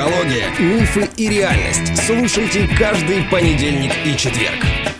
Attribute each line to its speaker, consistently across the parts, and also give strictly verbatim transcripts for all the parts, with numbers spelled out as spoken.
Speaker 1: Психология, мифы и реальность. Слушайте каждый понедельник и четверг.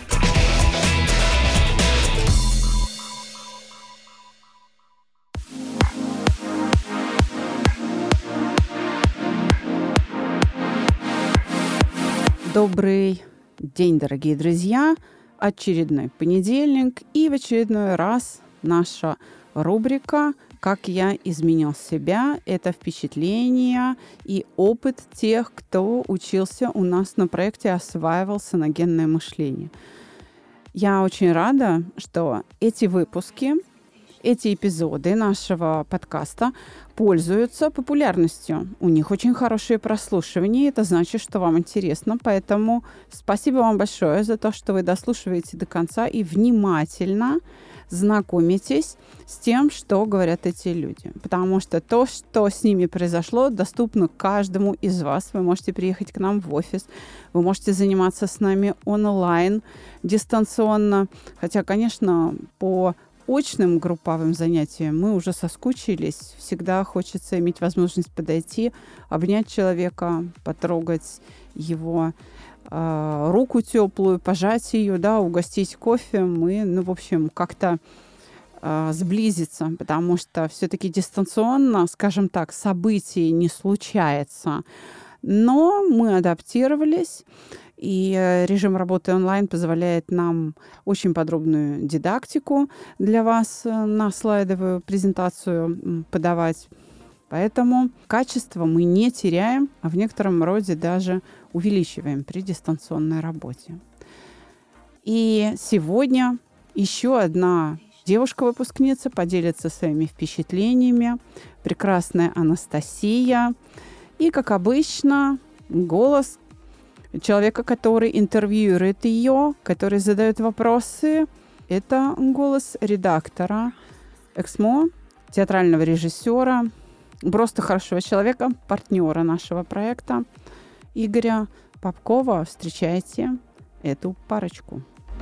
Speaker 2: Добрый день, дорогие друзья! Очередной понедельник и в очередной раз наша рубрика «Как я изменил себя». Это впечатления и опыт тех, кто учился у нас на проекте «Осваивал саногенное мышление». Я очень рада, что эти выпуски, эти эпизоды нашего подкаста пользуются популярностью. У них очень хорошее прослушивание, это значит, что вам интересно. Поэтому спасибо вам большое за то, что вы дослушиваете до конца и внимательно знакомитесь с тем, что говорят эти люди. Потому что то, что с ними произошло, доступно каждому из вас. Вы можете приехать к нам в офис, вы можете заниматься с нами онлайн, дистанционно. Хотя, конечно, по очным групповым занятиям мы уже соскучились. Всегда хочется иметь возможность подойти, обнять человека, потрогать его э, руку теплую, пожать ее, да, угостить кофе. Мы, ну, в общем, как-то э, сблизиться, потому что все-таки дистанционно, скажем так, событий не случается. Но мы адаптировались, и режим работы онлайн позволяет нам очень подробную дидактику для вас на слайдовую презентацию подавать. Поэтому качество мы не теряем, а в некотором роде даже увеличиваем при дистанционной работе. И сегодня еще одна девушка-выпускница поделится своими впечатлениями. Прекрасная Анастасия. И, как обычно, голос человека, который интервьюирует ее, который задает вопросы, это голос редактора «Эксмо», театрального режиссера, просто хорошего человека, партнера нашего проекта Игоря Попкова. Встречайте эту парочку.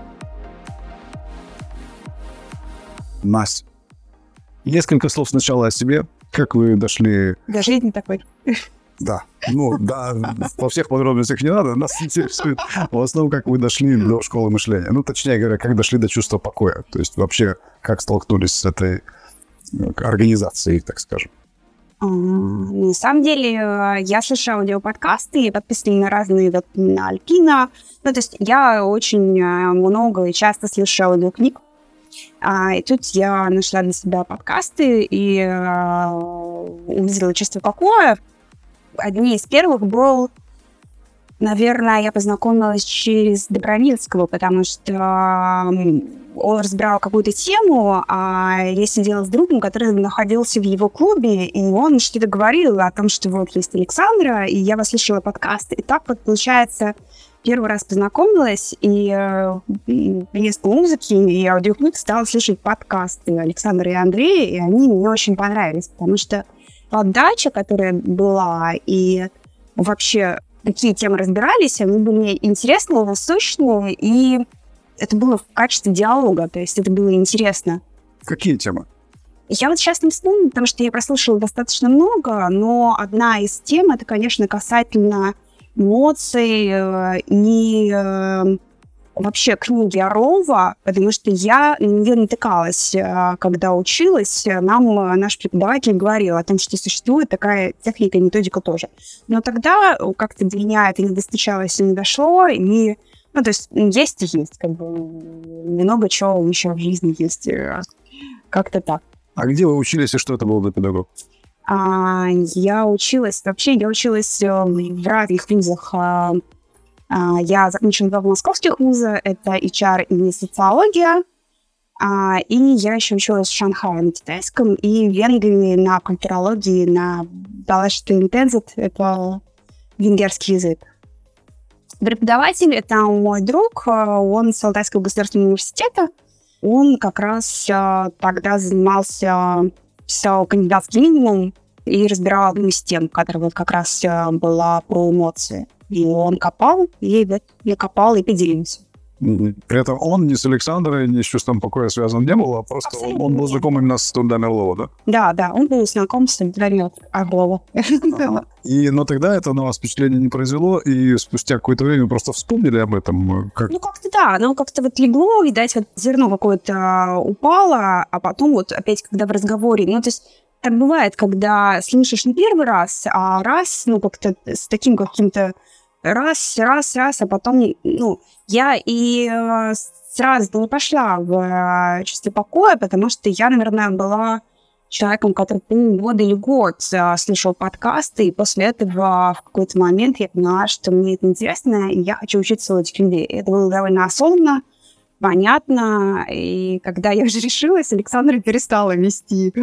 Speaker 3: Настя, несколько слов сначала о себе. Как вы дошли...
Speaker 4: Да, жизнь такой.
Speaker 3: Да, ну да, во всех подробностях не надо, нас интересует в основном, как вы дошли до школы мышления. Ну, точнее говоря, как дошли до чувства покоя. То есть вообще, как столкнулись с этой организацией, так скажем.
Speaker 4: На самом деле, я слушаю аудиоподкасты, подписаны на разные, вот, на Альпина. Ну, то есть я очень много и часто слушаю аудиокниг. А, и тут я нашла для себя подкасты и а, увидела чувство покоя. Одни из первых был, наверное, я познакомилась через Добровольского, потому что он разбирал какую-то тему, а я сидела с другом, который находился в его клубе, и он что-то говорил о том, что вот есть Александра, и я послушала подкасты. И так вот, получается, первый раз познакомилась, и вместо музыки и аудиокниг стала слушать подкасты Александра и Андрея, и они мне очень понравились, потому что подача, которая была, и вообще какие темы разбирались, они были интересные, насущные, и это было в качестве диалога, то есть это было интересно.
Speaker 3: Какие темы?
Speaker 4: Я вот сейчас не вспомню, потому что я прослушала достаточно много, но одна из тем, это, конечно, касательно эмоций и вообще книги Орлова, потому что я на нее натыкалась, когда училась. Нам наш преподаватель говорил о том, что существует такая техника и методика тоже. Но тогда как-то для меня это не достучалось и не дошло. И, ну, то есть есть и есть. Как бы, много чего еще в жизни есть. Как-то так.
Speaker 3: А где вы учились и что это был за педагог?
Speaker 4: А, я училась... Вообще, я училась в разных вузах. Я закончила два московских вуза, это эйч ар и социология, и я еще училась в Шанхае на китайском и в Венгрии на культурологии, на Далашты Интензит, это венгерский язык. Преподаватель — это мой друг, он с Алтайского государственного университета, он как раз тогда занимался, писал кандидатский минимум и разбирал одну из тем, которая вот как раз была про эмоции. И он копал, и я копал, и поделился.
Speaker 3: При этом он ни с Александрой, ни с чувством покоя связан не был, а просто он, он был знаком именно с трудами Орлова, да?
Speaker 4: Да, да, он был знаком с трудами Орлова.
Speaker 3: Ага. И, но тогда это на вас впечатление не произвело, и спустя какое-то время просто вспомнили об этом? Как...
Speaker 4: Ну, как-то да, оно как-то вот легло, видать, вот зерно какое-то упало, а потом вот опять, когда в разговоре, ну, то есть так бывает, когда слышишь не первый раз, а раз, ну, как-то с таким каким-то раз, раз, раз, а потом, ну, я и э, сразу не пошла в э, чувство покоя, потому что я, наверное, была человеком, который полгода или год э, слушал подкасты, и после этого в какой-то момент я поняла, что мне это интересно, и я хочу учиться у этих людей. И это было довольно осознанно, понятно, и когда я уже решилась, Александра перестала вести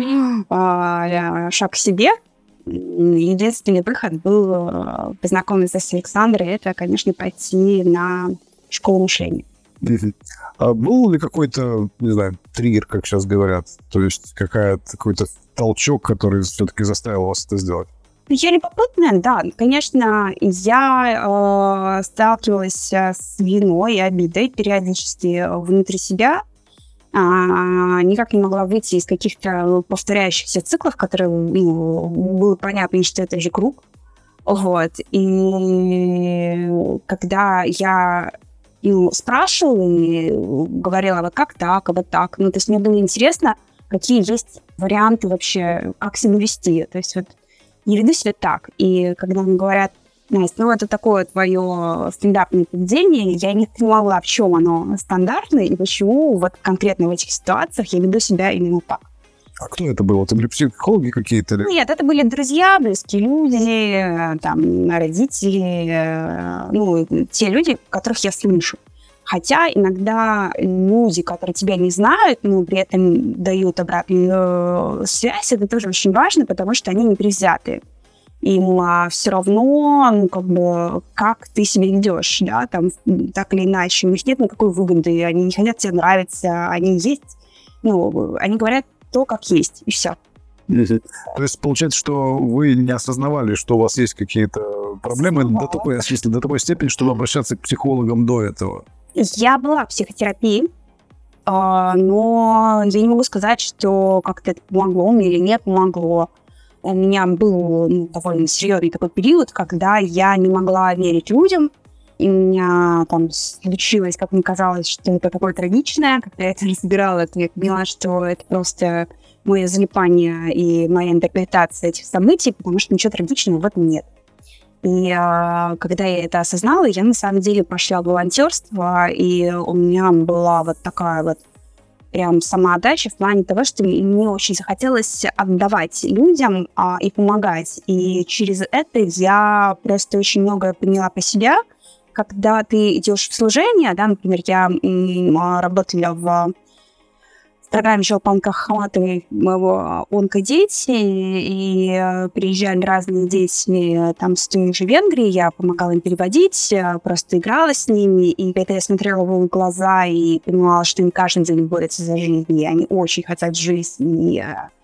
Speaker 4: э, шаг к себе. Единственный выход был э, познакомиться с Александрой, это, конечно, пойти на школу мышления.
Speaker 3: А был ли какой-то, не знаю, триггер, как сейчас говорят, то есть какая-то, какой-то толчок, который все-таки заставил вас это сделать?
Speaker 4: Я любопытная, да. Конечно, я э, сталкивалась с виной и обидой периодически внутри себя. А, никак не могла выйти из каких-то повторяющихся циклов, которые, ну, было понятно, что это же круг. Вот. И когда я ну, спрашивала и говорила, вот как так, а вот так, ну, то есть мне было интересно, какие есть варианты вообще, как себя вести. То есть вот не веду себя так. И когда мне говорят, Настя, ну, это такое твое стандартное поведение, я не понимала, в чем оно стандартное и почему вот конкретно в этих ситуациях я веду себя именно так.
Speaker 3: А кто это был? Это были психологи какие-то? Или...
Speaker 4: Нет, это были друзья, близкие люди, там, родители, ну, те люди, которых я слышу. Хотя иногда люди, которые тебя не знают, но при этом дают обратную связь, это тоже очень важно, потому что они непредвзятые. Им а, все равно, ну, как бы, как ты себя ведешь, да, там, так или иначе. У них нет никакой выгоды, они не хотят тебе нравиться, они есть, ну, они говорят то, как есть, и все.
Speaker 3: То есть получается, что вы не осознавали, что у вас есть какие-то проблемы до такой, в смысле, до такой степени, чтобы обращаться к психологам до этого?
Speaker 4: Я была в психотерапии, но я не могу сказать, что как-то это помогло мне или не помогло. У меня был ну, довольно серьезный такой период, когда я не могла верить людям, и у меня там случилось, как мне казалось, что это такое трагичное. Когда я это разбирала, то я поняла, что это просто мое залипание и моя интерпретация этих событий, потому что ничего трагичного в этом нет. И э, когда я это осознала, я на самом деле пошла в волонтерство, и у меня была вот такая вот прям самоотдача в плане того, что мне очень захотелось отдавать людям а, и помогать. И через это я просто очень многое поняла по себе. Когда ты идешь в служение, да, например, я м, работала в программе Челпанка Ахматовой «Онкодети», и приезжали разные дети там с той же Венгрии, я помогала им переводить, просто играла с ними, и когда я смотрела в их глаза и понимала, что они каждый день борются за жизнь, и они очень хотят жить, и,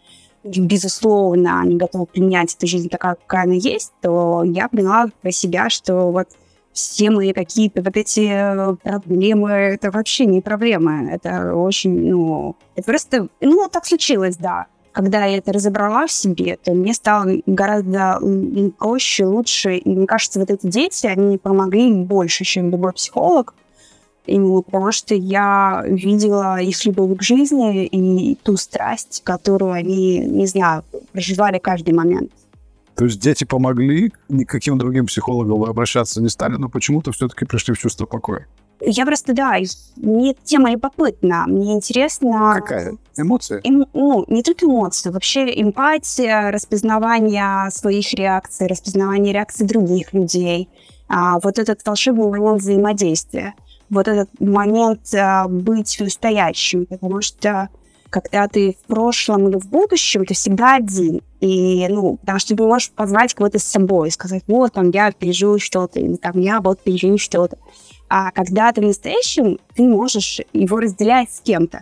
Speaker 4: безусловно, они готовы принять эту жизнь такая, какая она есть, то я поняла про себя, что вот все мои какие-то вот эти проблемы, это вообще не проблемы. Это очень, ну... Это просто... Ну, так случилось, да. Когда я это разобрала в себе, то мне стало гораздо проще, лучше. И мне кажется, вот эти дети, они помогли больше, чем любой психолог. Именно потому что я видела их любовь к жизни и ту страсть, которую они, не знаю, проживали каждый момент.
Speaker 3: То есть дети помогли, никаким другим психологам вы обращаться не стали, но почему-то все-таки пришли в чувство покоя.
Speaker 4: Я просто, да, мне тема любопытна, мне интересно...
Speaker 3: Какая? Эмоции?
Speaker 4: Эм, ну, не только эмоции, вообще эмпатия, распознавание своих реакций, распознавание реакций других людей. А, вот этот волшебный момент взаимодействия, вот этот момент а, быть настоящим, потому что когда ты в прошлом или в будущем, ты всегда один. И, ну, потому что ты не можешь позвать кого-то с собой, сказать, вот, там, я пережил что-то, или там, я вот пережил что-то. А когда ты в настоящем, ты можешь его разделять с кем-то.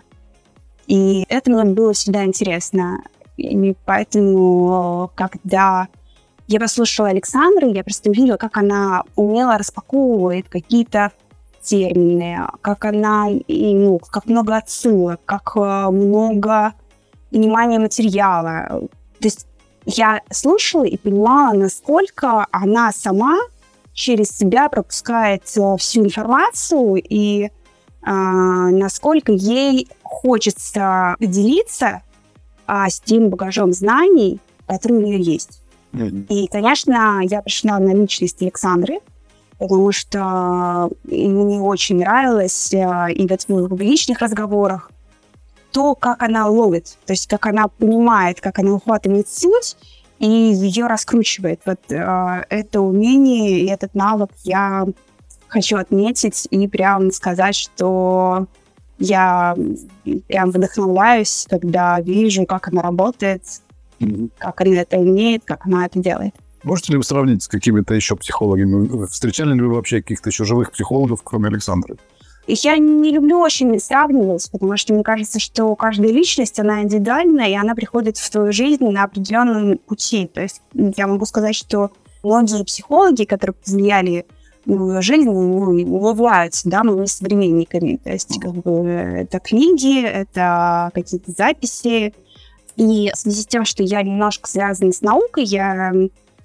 Speaker 4: И это мне было всегда интересно. И поэтому, когда я послушала Александру, я просто увидела, как она умело распаковывает какие-то термины, как она, и, ну, как много отсылок, как э, много понимания материала. То есть я слушала и понимала, насколько она сама через себя пропускает э, всю информацию и э, насколько ей хочется делиться э, с тем багажом знаний, который у нее есть. Mm-hmm. И, конечно, я пришла на личность Александры, потому что мне очень нравилось э, и вот в личных разговорах то, как она ловит, то есть как она понимает, как она ухватывает суть и ее раскручивает. Вот э, это умение и этот навык я хочу отметить и прям сказать, что я прям вдохновляюсь, когда вижу, как она работает, mm-hmm. как она это умеет, как она это делает.
Speaker 3: Можете ли вы сравнить с какими-то еще психологами? Встречали ли вы вообще каких-то еще живых психологов, кроме Александры?
Speaker 4: Я не люблю очень сравнивать, потому что мне кажется, что каждая личность, она индивидуальная, и она приходит в твою жизнь на определенном пути. То есть я могу сказать, что многие психологи, которые повлияли на мою жизнь, ну, являются, да, моими современниками. То есть как бы, это книги, это какие-то записи. И в связи с тем, что я немножко связана с наукой, я,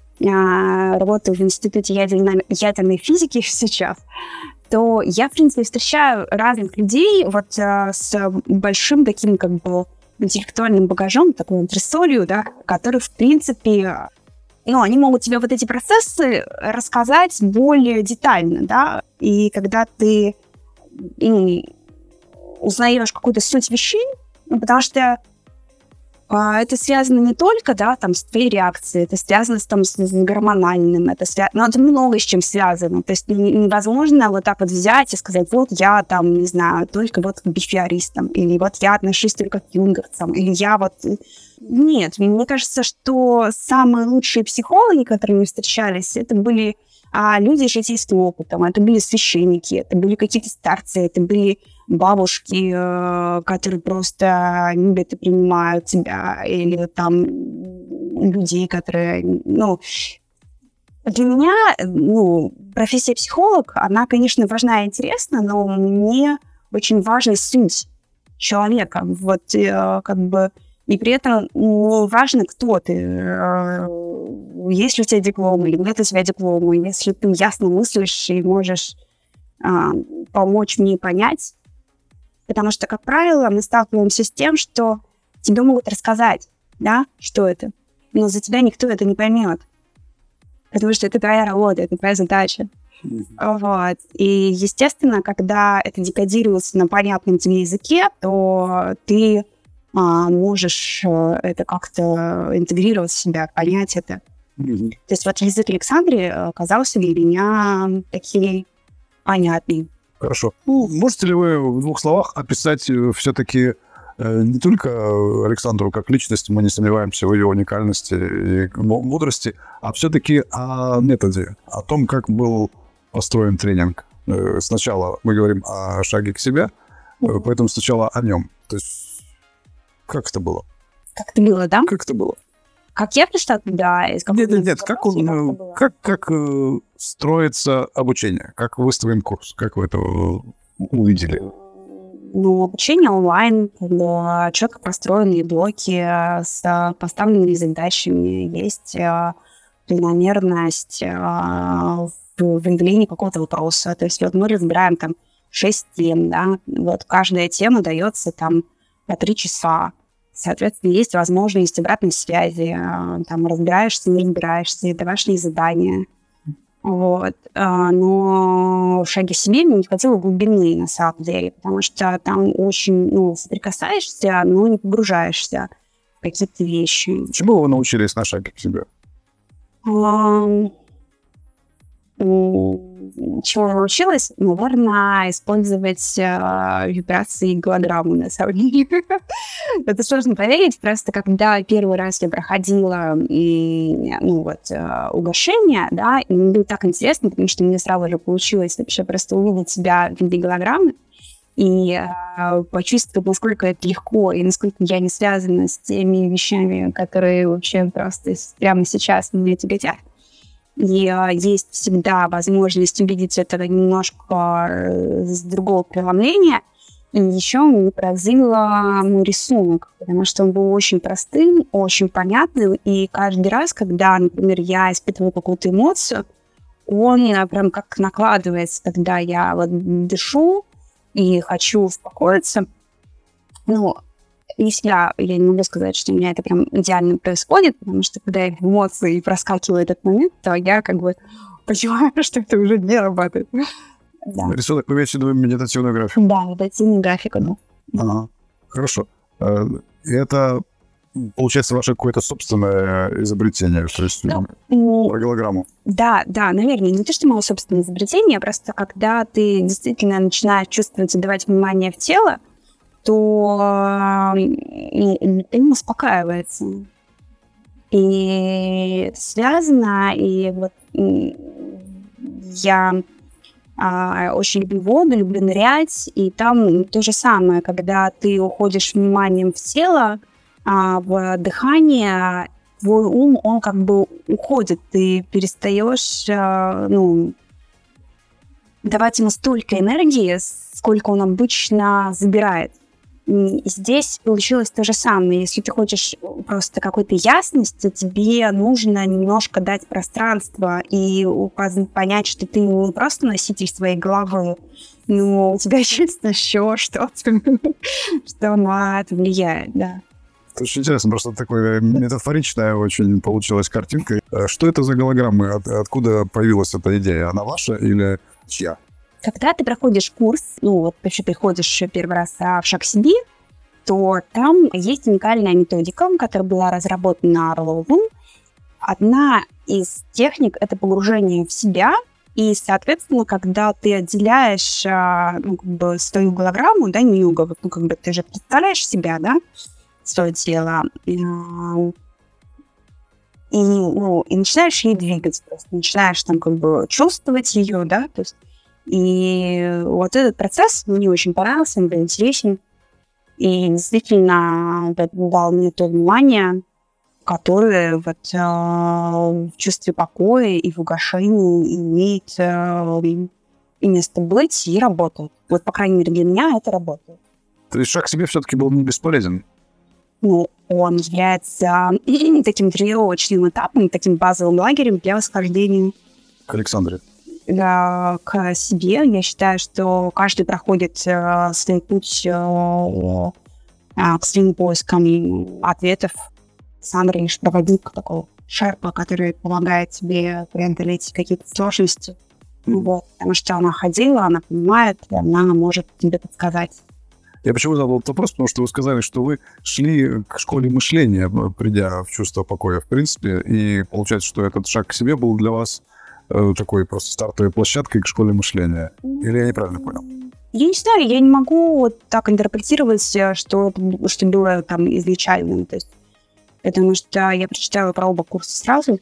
Speaker 4: я работаю в Институте ядерной, ядерной физики сейчас, то я, в принципе, встречаю разных людей вот а, с большим таким, как бы, интеллектуальным багажом, такой антресолью, да, который, в принципе, ну, они могут тебе вот эти процессы рассказать более детально, да, и когда ты и, узнаешь какую-то суть вещей, ну, потому что а, это связано не только, да, там, с твоей реакцией, это связано с, там, с гормональным, это связано, ну, это много с чем связано. То есть невозможно вот так вот взять и сказать, вот я там, не знаю, только вот к бихевиористам, или вот я отношусь только к юнговцам, или я вот... Нет, мне кажется, что самые лучшие психологи, которые мы встречались, это были а, люди с житейским опытом, это были священники, это были какие-то старцы, это были бабушки, э, которые просто любят и принимают тебя, или там людей, которые, ну, для меня, ну, профессия психолог, она, конечно, важна и интересна, но мне очень важна суть человека, вот, э, как бы, и при этом не важно, кто ты, э, есть ли у тебя диплом, или нет у тебя диплома, если ты ясно мыслишь и можешь э, помочь мне понять. Потому что, как правило, мы сталкиваемся с тем, что тебе могут рассказать, да, что это, но за тебя никто это не поймет. Потому что это твоя работа, это твоя задача. Mm-hmm. Вот. И, естественно, когда это декодируется на понятном тебе языке, то ты а, можешь это как-то интегрировать в себя, понять это. Mm-hmm. То есть вот язык Александры оказался для меня таким понятным.
Speaker 3: Хорошо. Ну, можете ли вы в двух словах описать все-таки э, не только Александру как личность, мы не сомневаемся в ее уникальности и мудрости, а все-таки о методе, о том, как был построен тренинг. Э, сначала мы говорим о шаге к себе, э, поэтому сначала о нем. То есть как это было?
Speaker 4: Как это было, да?
Speaker 3: Как это было?
Speaker 4: Как я пришла туда? Из
Speaker 3: нет, нет, нет. Как, он, как, как э, строится обучение? Как выстроен курс? Как вы это увидели?
Speaker 4: Ну, обучение онлайн, четко простроенные блоки с поставленными задачами. Есть планомерность в выявлении какого-то вопроса. То есть вот мы разбираем там шесть тем, да, вот каждая тема дается там по три часа. Соответственно, есть возможность обратной связи, там, разбираешься, не разбираешься, домашние задания. Вот. Но в шаге к себе мне не хватило глубины, на самом деле, потому что там очень, ну, соприкасаешься, но не погружаешься в какие-то вещи.
Speaker 3: Чему вы научились на шаге к себе?
Speaker 4: Чего научилась? Наверное, использовать э, вибрации и голограммы, на самом деле. Это сложно поверить, просто когда первый раз я проходила и, ну, вот, э, угощение, да, и мне было так интересно, потому что мне сразу же получилось вообще просто увидеть себя в виде голограммы и э, почувствовать, насколько это легко и насколько я не связана с теми вещами, которые вообще просто прямо сейчас меня тяготят. И э, есть всегда возможность увидеть это немножко э, с другого преломления. И еще меня поразил мой рисунок, потому что он был очень простым, очень понятным, и каждый раз, когда, например, я испытываю какую-то эмоцию, он прям как накладывается, когда я вот дышу и хочу успокоиться. Ну, не всегда, я не могу сказать, что у меня это прям идеально происходит, потому что когда я в эмоции проскакиваю этот момент, то я как бы понимаю, что это уже не работает. Да.
Speaker 3: Рисунок, вы имеете в виду медитативную графику?
Speaker 4: Да, медитативную графику, да.
Speaker 3: Ага. Хорошо. Это, получается, ваше какое-то собственное изобретение, то есть ну, про голограмму.
Speaker 4: Да, да, наверное, не то, что мое собственное изобретение, просто когда ты действительно начинаешь чувствовать и давать внимание в тело, то им успокаивается. И это связано, и вот я а, очень люблю воду, люблю нырять, и там то же самое, когда ты уходишь вниманием в тело, а, в дыхание, твой ум, он как бы уходит, ты перестаешь, а, ну, давать ему столько энергии, сколько он обычно забирает. И здесь получилось то же самое. Если ты хочешь просто какой-то ясности, тебе нужно немножко дать пространство и понять, что ты не просто носитель своей головы, но у тебя есть еще что-то, что на это влияет, да.
Speaker 3: Это очень интересно, просто такая метафоричная очень получилась картинка. Что это за голограммы? От, откуда появилась эта идея? Она ваша или чья?
Speaker 4: Когда ты проходишь курс, ну вот ты приходишь первый раз в «Шаг к себе», то там есть уникальная методика, которая была разработана Орловым. Одна из техник — это погружение в себя, и, соответственно, когда ты отделяешь ну, как бы свою голограмму, да, не йога, ну, как бы ты же представляешь себя, да, свое тело, и, ну, и начинаешь ей двигаться, просто начинаешь там как бы чувствовать ее, да, то есть и вот этот процесс мне очень понравился, он был интересен. И действительно дал мне то внимание, которое вот, э, в чувстве покоя и в угошении имеет э, и место быть, и работает. Вот, по крайней мере, для меня это работает.
Speaker 3: То есть шаг к себе все-таки был не бесполезен?
Speaker 4: Ну, он является таким тренировочным этапом, таким базовым лагерем для восхождения.
Speaker 3: К Александре.
Speaker 4: К себе. Я считаю, что каждый проходит э, свой путь э, э, к своим поискам ответов. Александр лишь проводник, такой шерпа, который помогает тебе преодолеть какие-то сложности. Mm-hmm. Вот, потому что она ходила, она понимает, и она может тебе подсказать.
Speaker 3: Я почему задал этот вопрос? Потому что вы сказали, что вы шли к школе мышления, придя в чувство покоя, в принципе, и получается, что этот шаг к себе был для вас такой просто стартовой площадкой к школе мышления. Или я неправильно понял?
Speaker 4: Я не знаю, я не могу вот так интерпретировать, что это что было там изначальным. То есть, потому что я прочитала про оба курса сразу,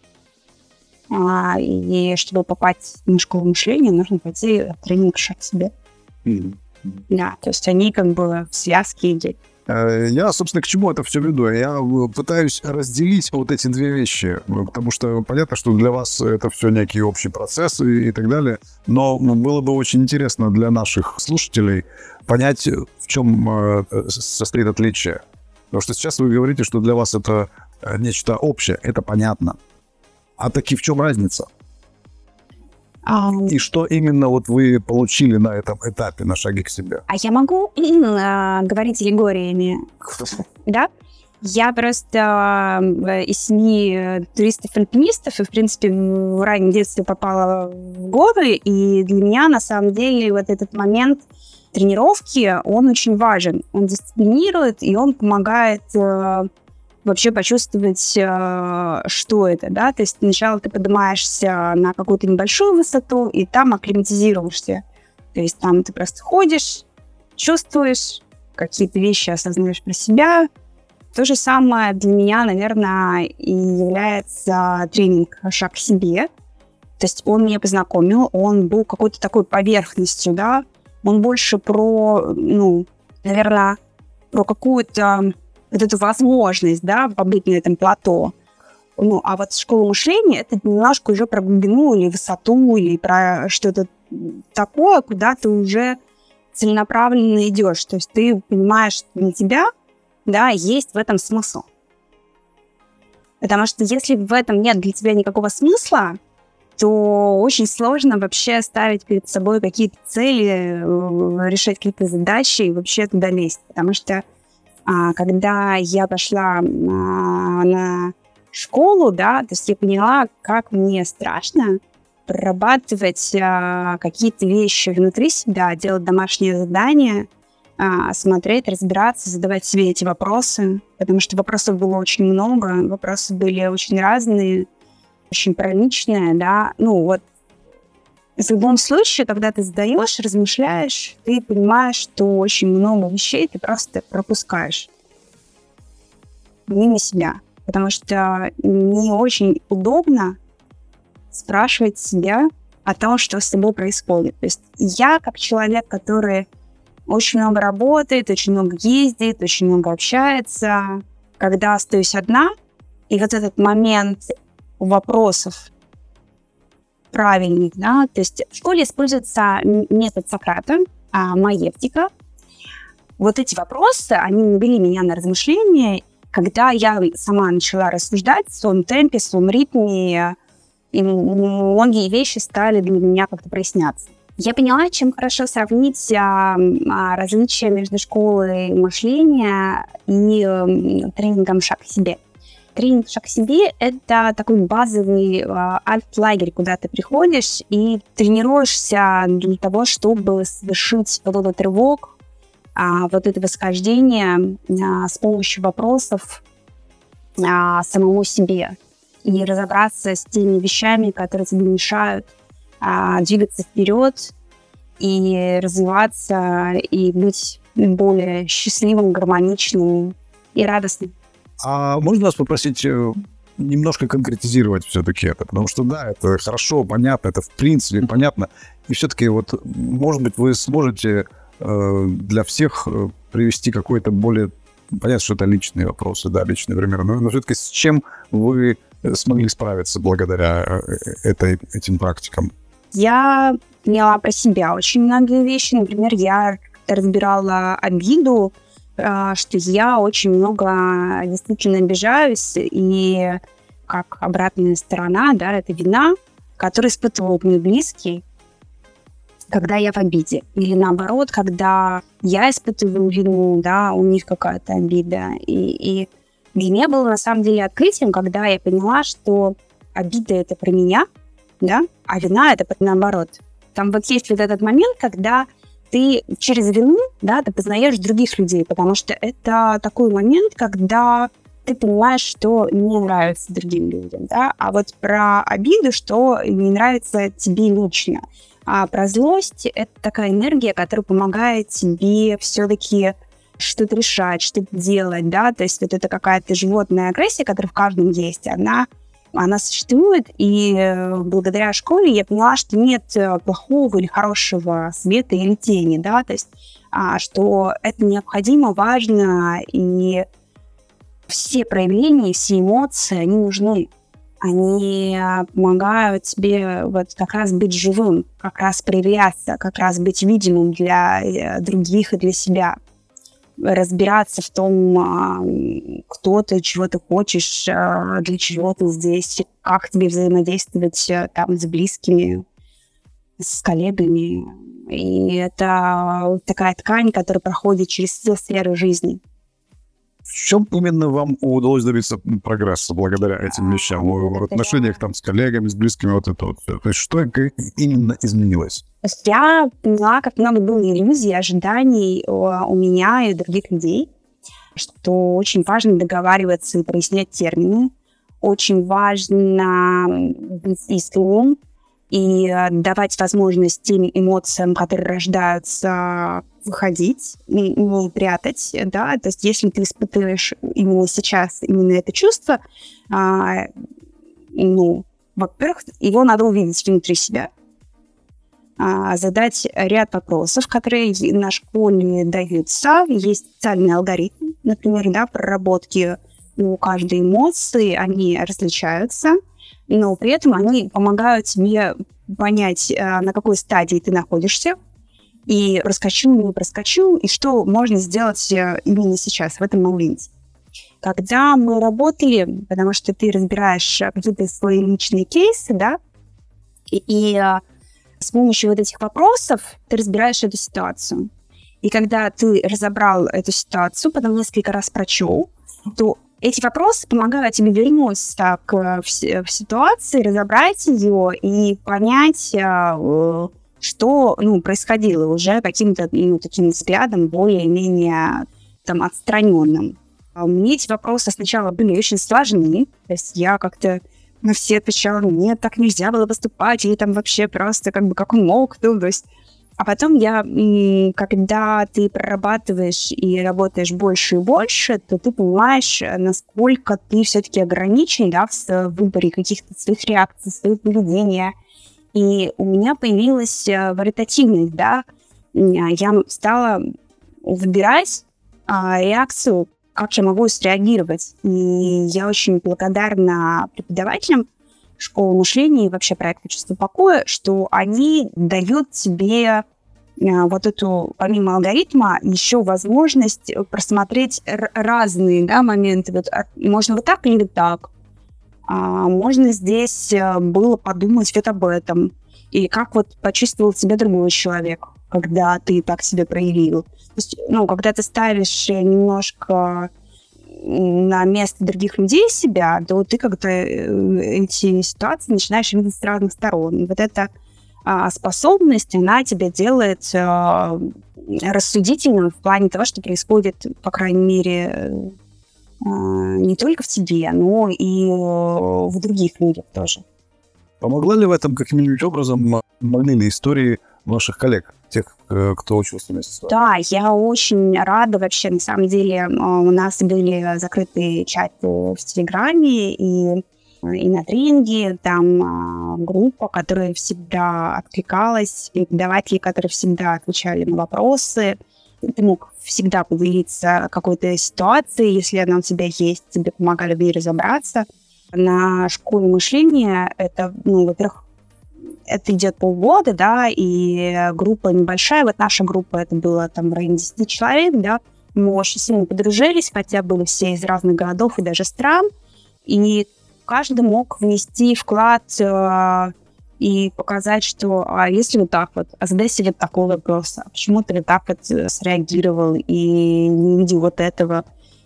Speaker 4: а, и чтобы попасть на школу мышления, нужно пойти в тренинг «Шаг к себе». Mm-hmm. Да, то есть они как бы в связке идут.
Speaker 3: Я, собственно, к чему это все веду? Я пытаюсь разделить вот эти две вещи, потому что понятно, что для вас это все некий общий процесс и, и так далее, но было бы очень интересно для наших слушателей понять, в чем состоит отличие. Потому что сейчас вы говорите, что для вас это нечто общее, это понятно. А таки в чем разница? Um, и что именно вот вы получили на этом этапе, на шаге к себе?
Speaker 4: А я могу э, говорить аллегориями? Да? Я просто э, из семьи туристов-альпинистов и, в принципе, в раннем детстве попала в горы, и для меня, на самом деле, вот этот момент тренировки, он очень важен. Он дисциплинирует, и он помогает... Э, вообще почувствовать, что это, да, то есть сначала ты поднимаешься на какую-то небольшую высоту, и там акклиматизируешься, то есть там ты просто ходишь, чувствуешь, какие-то вещи осознаешь про себя. То же самое для меня, наверное, и является тренинг «Шаг к себе», то есть он меня познакомил, он был какой-то такой поверхностью, да, он больше про, ну, наверное, про какую-то вот эту возможность, да, побыть на этом плато. Ну, а вот школа мышления — это немножко уже про глубину или высоту, или про что-то такое, куда ты уже целенаправленно идешь. То есть ты понимаешь, что для тебя, да, есть в этом смысл. Потому что если в этом нет для тебя никакого смысла, то очень сложно вообще ставить перед собой какие-то цели, решать какие-то задачи и вообще туда лезть. Потому что а, когда я пошла а, на школу, да, то есть я поняла, как мне страшно прорабатывать а, какие-то вещи внутри себя, делать домашние задания, а, смотреть, разбираться, задавать себе эти вопросы, потому что вопросов было очень много, вопросы были очень разные, очень проличные, да, ну вот в любом случае, когда ты задаешь, размышляешь, ты понимаешь, что очень много вещей ты просто пропускаешь мимо себя, потому что не очень удобно спрашивать себя о том, что с тобой происходит. То есть я, как человек, который очень много работает, очень много ездит, очень много общается, когда остаюсь одна, и вот этот момент вопросов правильных, да, то есть в школе используется метод Сократа, а, маевтика. Вот эти вопросы, они навели меня на размышления, когда я сама начала рассуждать в своем темпе, в своем ритме, и многие вещи стали для меня как-то проясняться. Я поняла, чем хорошо сравнить а, а, различия между школой мышления и а, тренингом «Шаг к себе». Тренинг «Шаг к себе» — это такой базовый а, альт-лагерь, куда ты приходишь и тренируешься для того, чтобы совершить вот этот рывок, а, вот это восхождение а, с помощью вопросов а, самому себе и разобраться с теми вещами, которые тебе мешают а, двигаться вперед и развиваться, и быть более счастливым, гармоничным и радостным.
Speaker 3: А можно вас попросить э, немножко конкретизировать все-таки это? Потому что, да, это хорошо, понятно, это в принципе понятно. И все-таки вот, может быть, вы сможете э, для всех э, привести какой-то более... Понятно, что это личные вопросы, да, личные примеры, но, но все-таки с чем вы смогли справиться благодаря этой, этим практикам?
Speaker 4: Я поняла про себя очень многие вещи. Например, я разбирала обиду, что я очень много действительно обижаюсь, и как обратная сторона, да, это вина, которую испытывал мой близкий, когда я в обиде. Или наоборот, когда я испытываю вину, да, у них какая-то обида. И, и для меня было на самом деле открытием, когда я поняла, что обида — это про меня, да, а вина — это наоборот. Там вот есть вот этот момент, когда ты через вину, да, ты познаешь других людей, потому что это такой момент, когда ты понимаешь, что не нравится другим людям, да, а вот про обиду, что не нравится тебе лично. А про злость — это такая энергия, которая помогает тебе все-таки что-то решать, что-то делать, да, то есть вот это какая-то животная агрессия, которая в каждом есть, она она существует, и благодаря школе я поняла, что нет плохого или хорошего света или тени, да, то есть, а, что это необходимо, важно, и все проявления, все эмоции, они нужны. Они помогают тебе вот как раз быть живым, как раз проявляться, как раз быть видимым для других и для себя. Разбираться в том, кто ты, чего ты хочешь, для чего ты здесь, как тебе взаимодействовать там с близкими, с коллегами. И это такая ткань, которая проходит через все сферы жизни.
Speaker 3: В чем именно вам удалось добиться прогресса благодаря этим вещам? В отношениях там с коллегами, с близкими, вот это вот все. То есть что именно изменилось?
Speaker 4: Я поняла, как много было иллюзий, ожиданий у меня и у других людей, что очень важно договариваться и прояснять термины, очень важно быть искренним и давать возможность тем эмоциям, которые рождаются, выходить, не, не прятать, да, то есть если ты испытываешь именно сейчас именно это чувство, а, ну, во-первых, его надо увидеть внутри себя, а, задать ряд вопросов, которые на школе даются, есть специальный алгоритм, например, да, проработки у каждой эмоции, они различаются, но при этом они помогают тебе понять, на какой стадии ты находишься, и проскочил, не проскочил, и что можно сделать именно сейчас, в этом моменте. Когда мы работали, потому что ты разбираешь какие-то свои личные кейсы, да, и, и с помощью вот этих вопросов ты разбираешь эту ситуацию. И когда ты разобрал эту ситуацию, потом несколько раз прочел, то эти вопросы помогают тебе вернуться к, в, в ситуации, разобрать ее и понять, что ну, происходило уже каким-то ну, таким взглядом более-менее там, отстраненным. Мне эти вопросы сначала были очень сложны, то есть я как-то на все отвечала, нет, так нельзя было поступать, или там вообще просто как бы как он мог, ну, то есть... А потом я, когда ты прорабатываешь и работаешь больше и больше, то ты понимаешь, насколько ты все-таки ограничен, да, в выборе каких-то своих реакций, своего поведения. И у меня появилась вариативность, да, я стала выбирать а, реакцию, как я могу среагировать. И я очень благодарна преподавателям школы мышления и вообще проекта «Чувство покоя», что они дают тебе вот эту, помимо алгоритма, еще возможность просмотреть р- разные да, моменты. Вот, можно вот так или так. А можно здесь было подумать вот об этом. Или как вот почувствовал себя другой человек, когда ты так себя проявил. То есть, ну, когда ты ставишь немножко на место других людей себя, то ты как-то эти ситуации начинаешь видеть с разных сторон. И вот эта а, способность, она тебя делает а, рассудительным в плане того, что происходит, по крайней мере, а, не только в тебе, но и в других людях тоже.
Speaker 3: Помогла ли в этом каким-нибудь образом, могли ли истории ваших коллег, тех, кто учился вместе с вами?
Speaker 4: Да, я очень рада вообще. На самом деле у нас были закрытые чаты в Телеграме и, и на тренинге. Там группа, которая всегда откликалась, преподаватели, которые всегда отвечали на вопросы. Ты мог всегда поделиться какой-то ситуацией, если она у тебя есть, тебе помогали в ней разобраться. На школе мышления это, ну, во-первых, это идет полгода, да, и группа небольшая. Вот наша группа, это было там в районе десять человек, да. Мы очень сильно подружились, хотя были все из разных городов и даже стран. И каждый мог внести вклад э, и показать, что а если вот так вот, а задай себе такой вопрос, а почему ты вот так вот среагировал и не видел вот этого.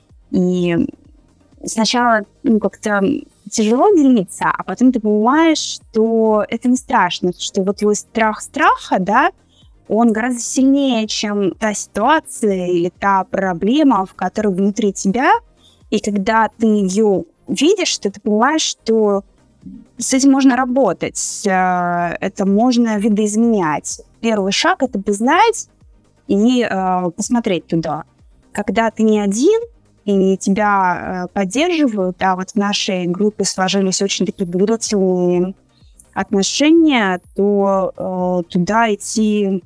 Speaker 4: И сначала ну, как-то тяжело делиться, а потом ты понимаешь, что это не страшно, что вот твой страх страха, да, он гораздо сильнее, чем та ситуация или та проблема, в которой внутри тебя, и когда ты ее видишь, то ты понимаешь, что с этим можно работать, это можно видоизменять. Первый шаг — это признать и э, посмотреть туда. Когда ты не один, и тебя э, поддерживают, а вот в нашей группе сложились очень такие доверительные отношения, то э, туда идти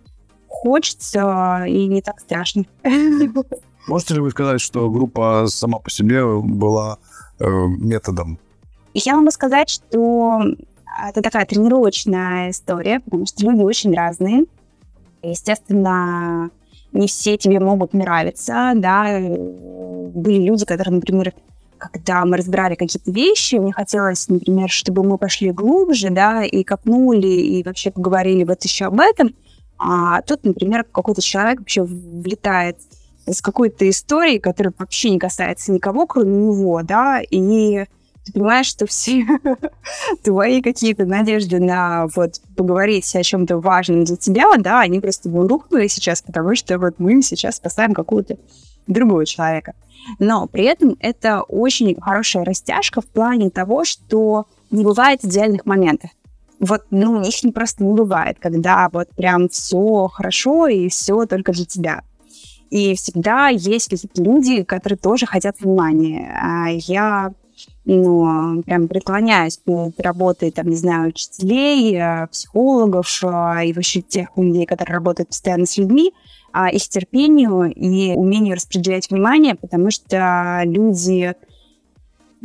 Speaker 4: хочется и не так страшно.
Speaker 3: Можете ли вы сказать, что группа сама по себе была э, методом?
Speaker 4: Я могу сказать, что это такая тренировочная история, потому что люди очень разные. Естественно, не все тебе могут нравиться, да. Были люди, которые, например, когда мы разбирали какие-то вещи, мне хотелось, например, чтобы мы пошли глубже, да, и копнули, и вообще поговорили вот еще об этом. А тут, например, какой-то человек вообще влетает с какой-то историей, которая вообще не касается никого, кроме него, да, и ты понимаешь, что все твои какие-то надежды на вот поговорить о чем-то важном для тебя, да, они просто рухнули сейчас, потому что вот мы сейчас спасаем какого-то другого человека. Но при этом это очень хорошая растяжка в плане того, что не бывает идеальных моментов. Вот, ну, их не просто не бывает, когда вот прям все хорошо и все только для тебя. И всегда есть какие-то люди, которые тоже хотят внимания. А я ну, прям преклоняюсь перед работой, там, не знаю, учителей, психологов и вообще тех людей, которые работают постоянно с людьми, их терпению и умению распределять внимание, потому что люди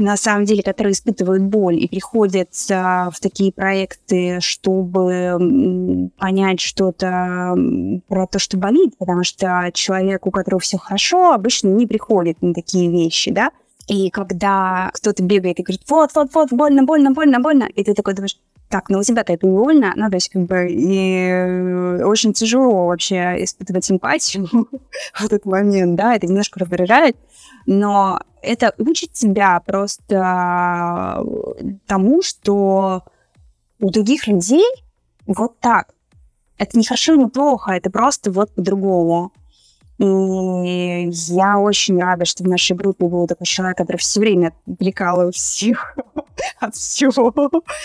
Speaker 4: на самом деле, которые испытывают боль и приходят а, в такие проекты, чтобы м, понять что-то м, про то, что болит, потому что человек, у которого все хорошо, обычно не приходит на такие вещи, да. И когда кто-то бегает и говорит, вот-вот-вот, больно, больно, больно, больно, и ты такой думаешь, так, ну у тебя-то это не больно, ну, то есть, как бы, и очень тяжело вообще испытывать эмпатию в этот момент, да, это немножко раздражает, но это учит тебя просто тому, что у других людей вот так. Это не хорошо, не плохо, это просто вот по-другому. И я очень рада, что в нашей группе был такой человек, который все время отвлекал всех от всего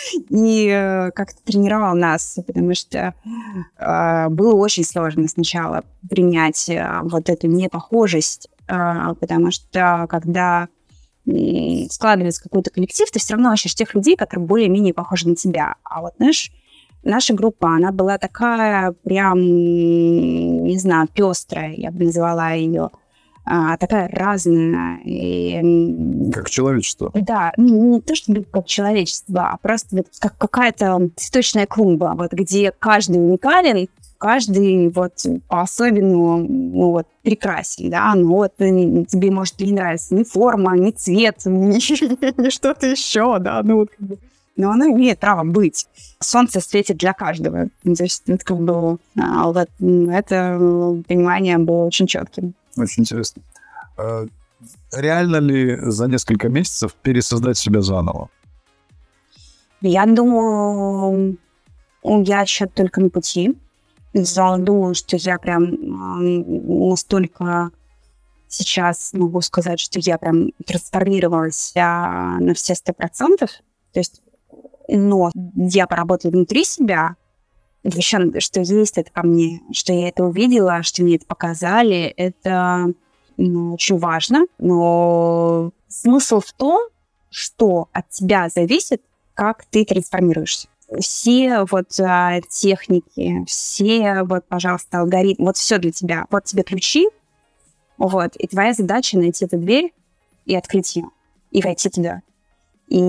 Speaker 4: и как-то тренировал нас, потому что э, было очень сложно сначала принять э, вот эту непохожесть, э, потому что когда э, складывается какой-то коллектив, ты все равно ищешь тех людей, которые более-менее похожи на тебя. А вот, знаешь, наша группа, она была такая прям, не знаю, пестрая, я бы назвала ее, а, такая разная. И,
Speaker 3: как человечество.
Speaker 4: Да, не, не то чтобы как человечество, а просто вот как какая-то цветочная клумба, вот, где каждый уникален, каждый вот по-особенному ну, вот, прекрасен, да, но вот тебе может не нравится ни форма, ни цвет, ни, ни что-то еще, да, ну вот как бы. Но оно имеет право быть. Солнце светит для каждого. То есть это, как бы, а, вот, это понимание было очень четким.
Speaker 3: Очень интересно. А реально ли за несколько месяцев пересоздать себя заново?
Speaker 4: Я думаю, я еще только на пути. Я думаю, что я прям настолько сейчас могу сказать, что я прям трансформировалась на все сто процентов. То есть но я поработала внутри себя, еще, что есть это ко мне, что я это увидела, что мне это показали, это ну, очень важно. Но смысл в том, что от тебя зависит, как ты трансформируешься. Все вот а, техники, все вот, пожалуйста, алгоритмы, вот все для тебя. Вот тебе ключи, вот, и твоя задача найти эту дверь и открыть ее, и войти туда. И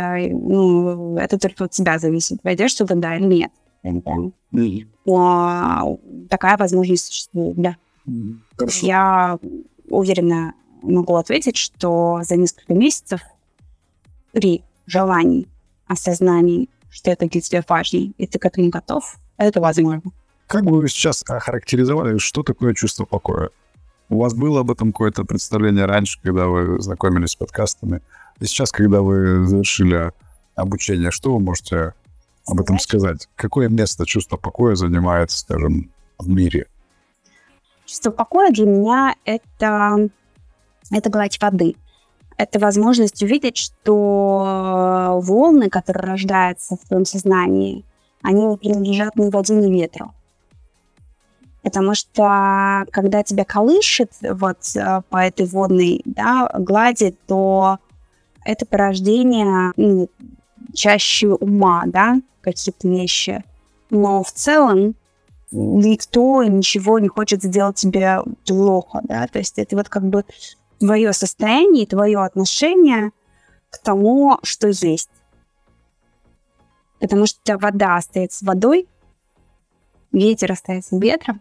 Speaker 4: ну, это только от тебя зависит, войдешь туда, да или нет. Mm-hmm. Но такая возможность существует, да. Mm-hmm. Я уверенно могу ответить, что за несколько месяцев при желании, осознании, что это для тебя важно, и ты к этому готов, это возможно.
Speaker 3: Как бы вы сейчас охарактеризовали, что такое чувство покоя? У вас было об этом какое-то представление раньше, когда вы знакомились с подкастами? И сейчас, когда вы завершили обучение, что вы можете об этом сказать? Какое место чувство покоя занимает, скажем, в мире?
Speaker 4: Чувство покоя для меня — это, это гладь воды. Это возможность увидеть, что волны, которые рождаются в твоем сознании, они не принадлежат ни воде, ни ветру. Потому что когда тебя колышет вот по этой водной да, глади, то это порождение ну, чаще ума, да, какие-то вещи. Но в целом никто ничего не хочет сделать тебе плохо, да, то есть это вот как бы твое состояние, твое отношение к тому, что есть. Потому что вода остается водой, ветер остается ветром,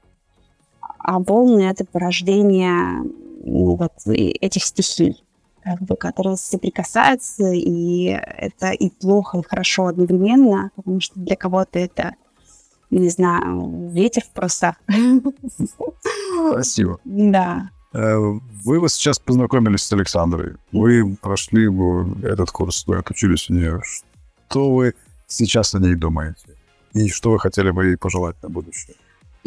Speaker 4: а волны — это порождение ну, вот, этих стихий, как бы, которые соприкасаются, и это и плохо, и хорошо одновременно, потому что для кого-то это, не знаю, ветер в парусах.
Speaker 3: Спасибо.
Speaker 4: Да.
Speaker 3: Вы вот сейчас познакомились с Александрой, вы прошли этот курс, вы отучились у нее. Что вы сейчас о ней думаете? И что вы хотели бы ей пожелать на будущее?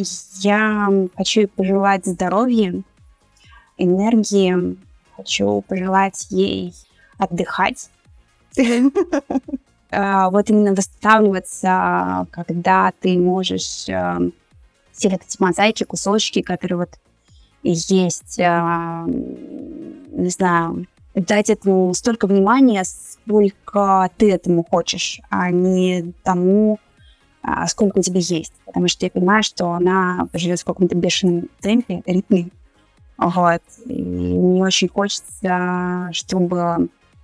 Speaker 4: Я хочу ей пожелать здоровья, энергии, хочу пожелать ей отдыхать. Вот именно восстанавливаться, когда ты можешь все эти мозаики, кусочки, которые вот есть, не знаю, дать этому столько внимания, сколько ты этому хочешь, а не тому, сколько у тебя есть. Потому что я понимаю, что она живет в каком-то бешеном темпе, ритме. Вот. И мне очень хочется, чтобы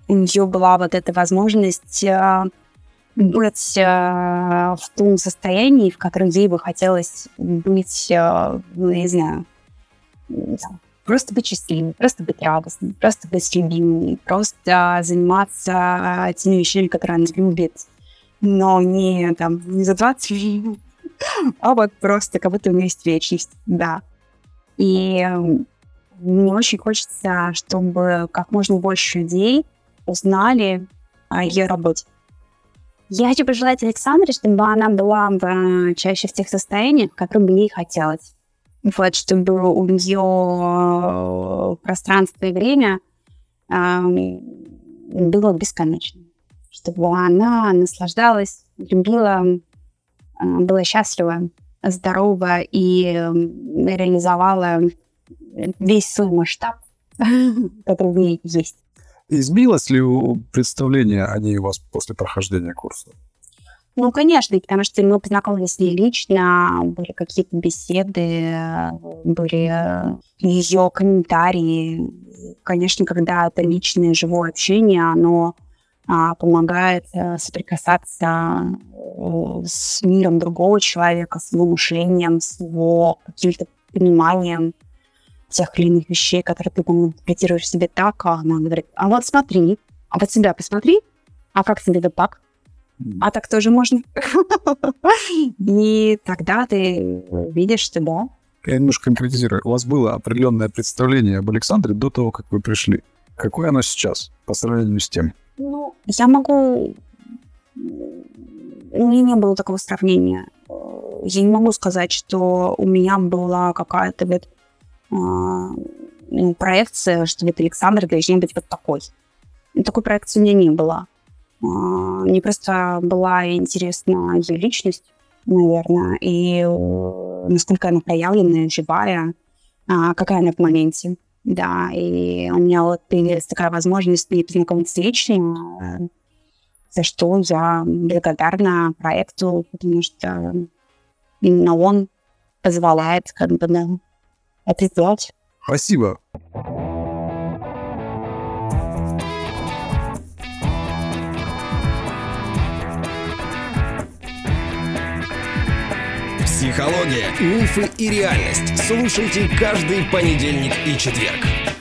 Speaker 4: у нее была вот эта возможность э, быть э, в том состоянии, в котором ей бы хотелось быть, э, ну, не знаю, там, просто быть счастливой, просто быть радостной, просто быть любимой, просто заниматься теми вещами, которые она любит, но не, там, не за двадцать минут, а вот просто как будто у нее есть вечность, да. И мне очень хочется, чтобы как можно больше людей узнали о ее работе. Я хочу пожелать Александре, чтобы она была бы чаще в тех состояниях, в которых бы ей хотелось. Вот, чтобы у нее пространство и время э, было бесконечным. Чтобы она наслаждалась, любила, э, была счастлива, здорова и э, реализовала весь свой масштаб, который в ней есть.
Speaker 3: Изменилось ли представление о ней у вас после прохождения курса?
Speaker 4: Ну, конечно, потому что мы познакомились с ней лично, были какие-то беседы, были ее комментарии. Конечно, когда это личное, живое общение, оно а, помогает а, соприкасаться а, с миром другого человека, с его мышлением, с его каким-то пониманием тех или иных вещей, которые ты там интерпретируешь себе так, а она говорит, а вот смотри, а вот себя посмотри, а как тебе это так? А так тоже можно. И тогда ты видишь, что да.
Speaker 3: Я немножко конкретизирую. У вас было определенное представление об Александре до того, как вы пришли. Какое оно сейчас по сравнению с тем?
Speaker 4: Ну, я могу... У меня не было такого сравнения. Я не могу сказать, что у меня была какая-то вот а, проекция, что вот Александр должен быть вот такой. Такой проекции у меня не было. Мне просто была интересна ее личность, наверное, и насколько она проявленная, живая, какая она в моменте. Да, и у меня вот появилась такая возможность не познакомиться лично, за что я благодарна проекту, потому что именно он позволяет как бы, да, это сделать.
Speaker 3: Спасибо.
Speaker 1: Психология, мифы и реальность. Слушайте каждый понедельник и четверг.